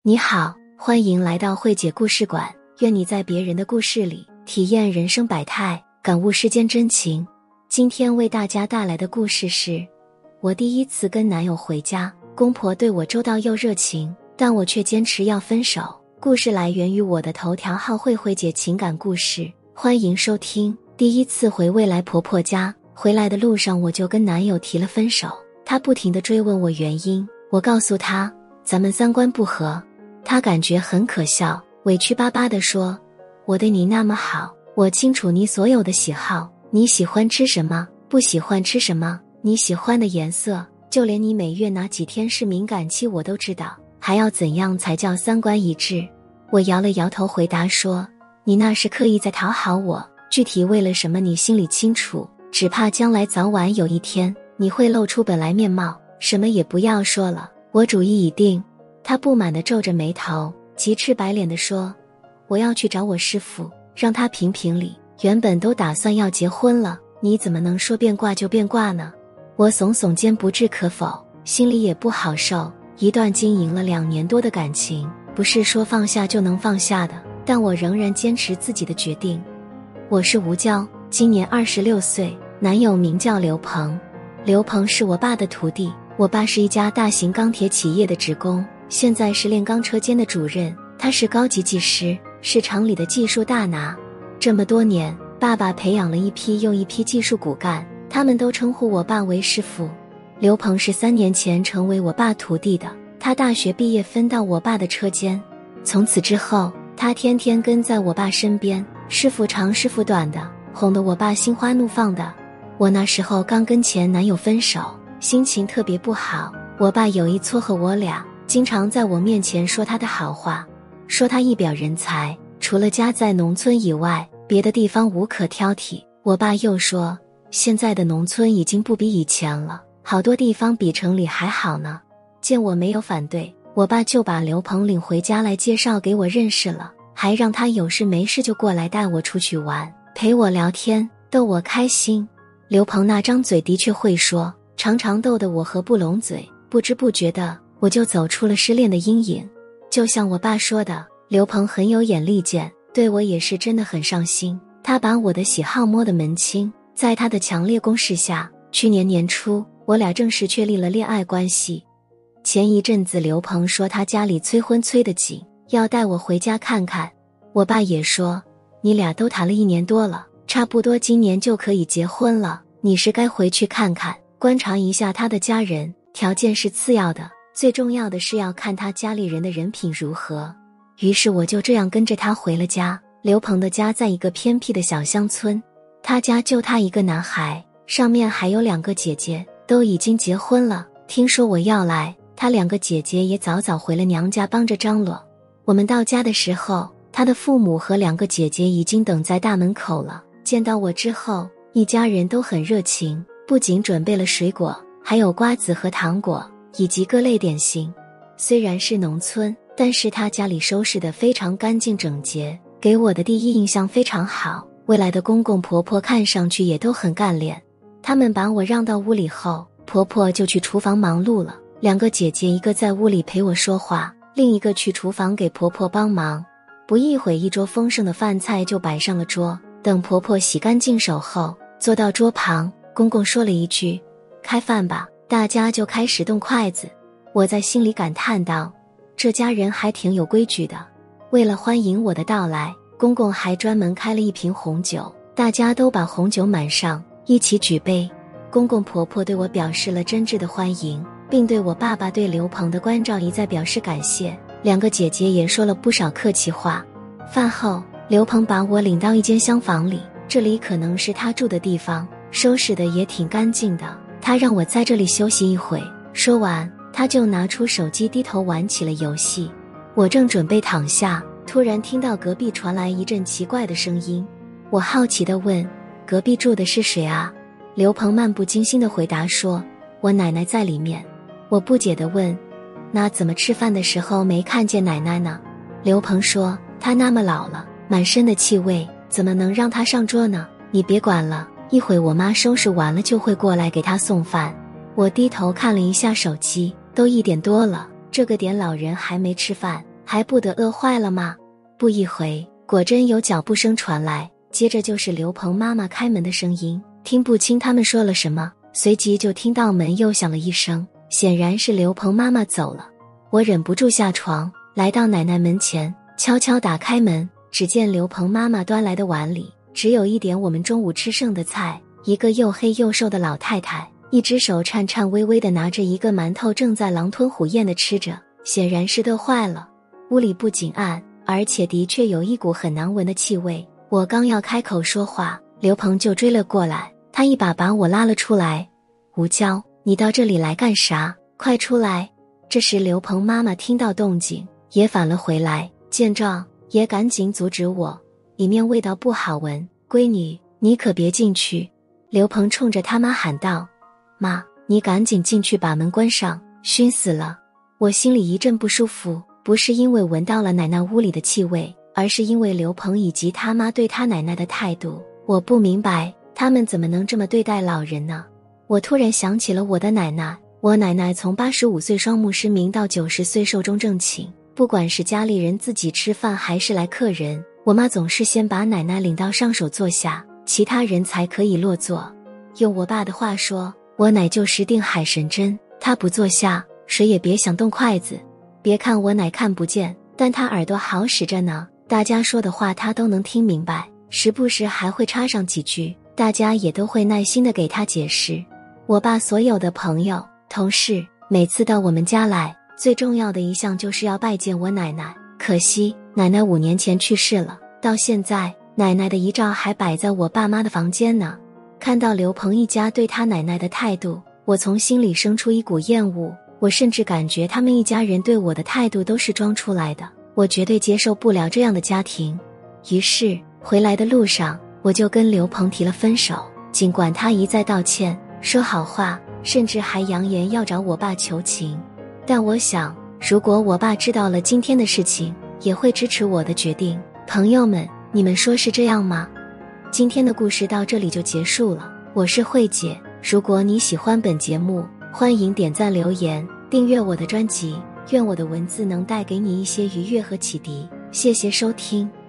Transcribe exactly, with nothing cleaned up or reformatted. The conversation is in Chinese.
你好，欢迎来到慧姐故事馆，愿你在别人的故事里体验人生百态，感悟世间真情。今天为大家带来的故事是我第一次跟男友回家，公婆对我周到又热情，但我却坚持要分手。故事来源于我的头条号慧慧姐情感故事，欢迎收听。第一次回未来婆婆家，回来的路上我就跟男友提了分手，他不停地追问我原因，我告诉他咱们三观不合。他感觉很可笑，委屈巴巴地说，我对你那么好，我清楚你所有的喜好，你喜欢吃什么，不喜欢吃什么，你喜欢的颜色，就连你每月哪几天是敏感期我都知道，还要怎样才叫三观一致？我摇了摇头回答说，你那是刻意在讨好我，具体为了什么你心里清楚，只怕将来早晚有一天你会露出本来面貌，什么也不要说了，我主意已定。他不满地皱着眉头，急赤白脸地说，我要去找我师父，让他评评理，原本都打算要结婚了，你怎么能说变卦就变卦呢？我耸耸肩不置可否，心里也不好受，一段经营了两年多的感情，不是说放下就能放下的，但我仍然坚持自己的决定。我是吴娇，今年二十六岁，男友名叫刘鹏。刘鹏是我爸的徒弟，我爸是一家大型钢铁企业的职工，现在是炼钢车间的主任，他是高级技师，是厂里的技术大拿。这么多年，爸爸培养了一批又一批技术骨干，他们都称呼我爸为师傅。刘鹏是三年前成为我爸徒弟的，他大学毕业分到我爸的车间，从此之后，他天天跟在我爸身边，师傅长师傅短的，哄得我爸心花怒放的。我那时候刚跟前男友分手，心情特别不好，我爸有意撮合我俩，经常在我面前说他的好话，说他一表人才，除了家在农村以外，别的地方无可挑剔。我爸又说，现在的农村已经不比以前了，好多地方比城里还好呢。见我没有反对，我爸就把刘鹏领回家来介绍给我认识了，还让他有事没事就过来带我出去玩，陪我聊天，逗我开心。刘鹏那张嘴的确会说，常常逗得我合不拢嘴，不知不觉的我就走出了失恋的阴影。就像我爸说的，刘鹏很有眼力见，对我也是真的很上心，他把我的喜好摸得门清。在他的强烈攻势下，去年年初我俩正式确立了恋爱关系。前一阵子刘鹏说他家里催婚催得紧，要带我回家看看，我爸也说，你俩都谈了一年多了，差不多今年就可以结婚了，你是该回去看看，观察一下他的家人，条件是次要的，最重要的是要看他家里人的人品如何。于是我就这样跟着他回了家。刘鹏的家在一个偏僻的小乡村，他家就他一个男孩，上面还有两个姐姐，都已经结婚了。听说我要来，他两个姐姐也早早回了娘家帮着张罗。我们到家的时候，他的父母和两个姐姐已经等在大门口了。见到我之后，一家人都很热情，不仅准备了水果，还有瓜子和糖果，以及各类点心。虽然是农村，但是他家里收拾得非常干净整洁，给我的第一印象非常好。未来的公公婆婆看上去也都很干练。他们把我让到屋里后，婆婆就去厨房忙碌了，两个姐姐一个在屋里陪我说话，另一个去厨房给婆婆帮忙。不一会一桌丰盛的饭菜就摆上了桌，等婆婆洗干净手后，坐到桌旁，公公说了一句，开饭吧，大家就开始动筷子。我在心里感叹道，这家人还挺有规矩的。为了欢迎我的到来，公公还专门开了一瓶红酒，大家都把红酒满上，一起举杯。公公婆婆对我表示了真挚的欢迎，并对我爸爸对刘鹏的关照一再表示感谢。两个姐姐也说了不少客气话。饭后，刘鹏把我领到一间厢房里，这里可能是他住的地方，收拾的也挺干净的。他让我在这里休息一会，说完他就拿出手机低头玩起了游戏。我正准备躺下，突然听到隔壁传来一阵奇怪的声音。我好奇地问，隔壁住的是谁啊？刘鹏漫不经心地回答说，我奶奶在里面。我不解地问，那怎么吃饭的时候没看见奶奶呢？刘鹏说，她那么老了，满身的气味，怎么能让她上桌呢？你别管了，一会我妈收拾完了就会过来给她送饭。我低头看了一下手机，都一点多了，这个点老人还没吃饭， 还不得饿坏了吗？不一会，果真有脚步声传来，接着就是刘鹏妈妈开门的声音，听不清他们说了什么，随即就听到门又响了一声，显然是刘鹏妈妈走了。我忍不住下床，来到奶奶门前，悄悄打开门，只见刘鹏妈妈端来的碗里只有一点我们中午吃剩的菜，一个又黑又瘦的老太太，一只手颤颤巍巍地拿着一个馒头，正在狼吞虎咽地吃着，显然是饿坏了。屋里不仅暗，而且的确有一股很难闻的气味。我刚要开口说话，刘鹏就追了过来，他一把把我拉了出来。吴娇，你到这里来干啥？快出来！这时刘鹏妈妈听到动静也返了回来，见状也赶紧阻止我，里面味道不好闻，闺女你可别进去。刘鹏冲着他妈喊道，妈，你赶紧进去把门关上，熏死了。我心里一阵不舒服，不是因为闻到了奶奶屋里的气味，而是因为刘鹏以及他妈对他奶奶的态度。我不明白他们怎么能这么对待老人呢？我突然想起了我的奶奶，我奶奶从八十五岁双目失明到九十岁寿终正寝，不管是家里人自己吃饭还是来客人，我妈总是先把奶奶领到上手坐下，其他人才可以落座。用我爸的话说，我奶就是定海神针，她不坐下，谁也别想动筷子。别看我奶看不见，但她耳朵好使着呢，大家说的话她都能听明白，时不时还会插上几句，大家也都会耐心地给她解释。我爸所有的朋友同事每次到我们家来，最重要的一项就是要拜见我奶奶。可惜奶奶五年前去世了，到现在奶奶的遗照还摆在我爸妈的房间呢。看到刘鹏一家对他奶奶的态度，我从心里生出一股厌恶，我甚至感觉他们一家人对我的态度都是装出来的，我绝对接受不了这样的家庭。于是回来的路上，我就跟刘鹏提了分手，尽管他一再道歉说好话，甚至还扬言要找我爸求情，但我想如果我爸知道了今天的事情，也会支持我的决定。朋友们，你们说是这样吗？今天的故事到这里就结束了，我是慧姐。如果你喜欢本节目，欢迎点赞留言，订阅我的专辑，愿我的文字能带给你一些愉悦和启迪。谢谢收听。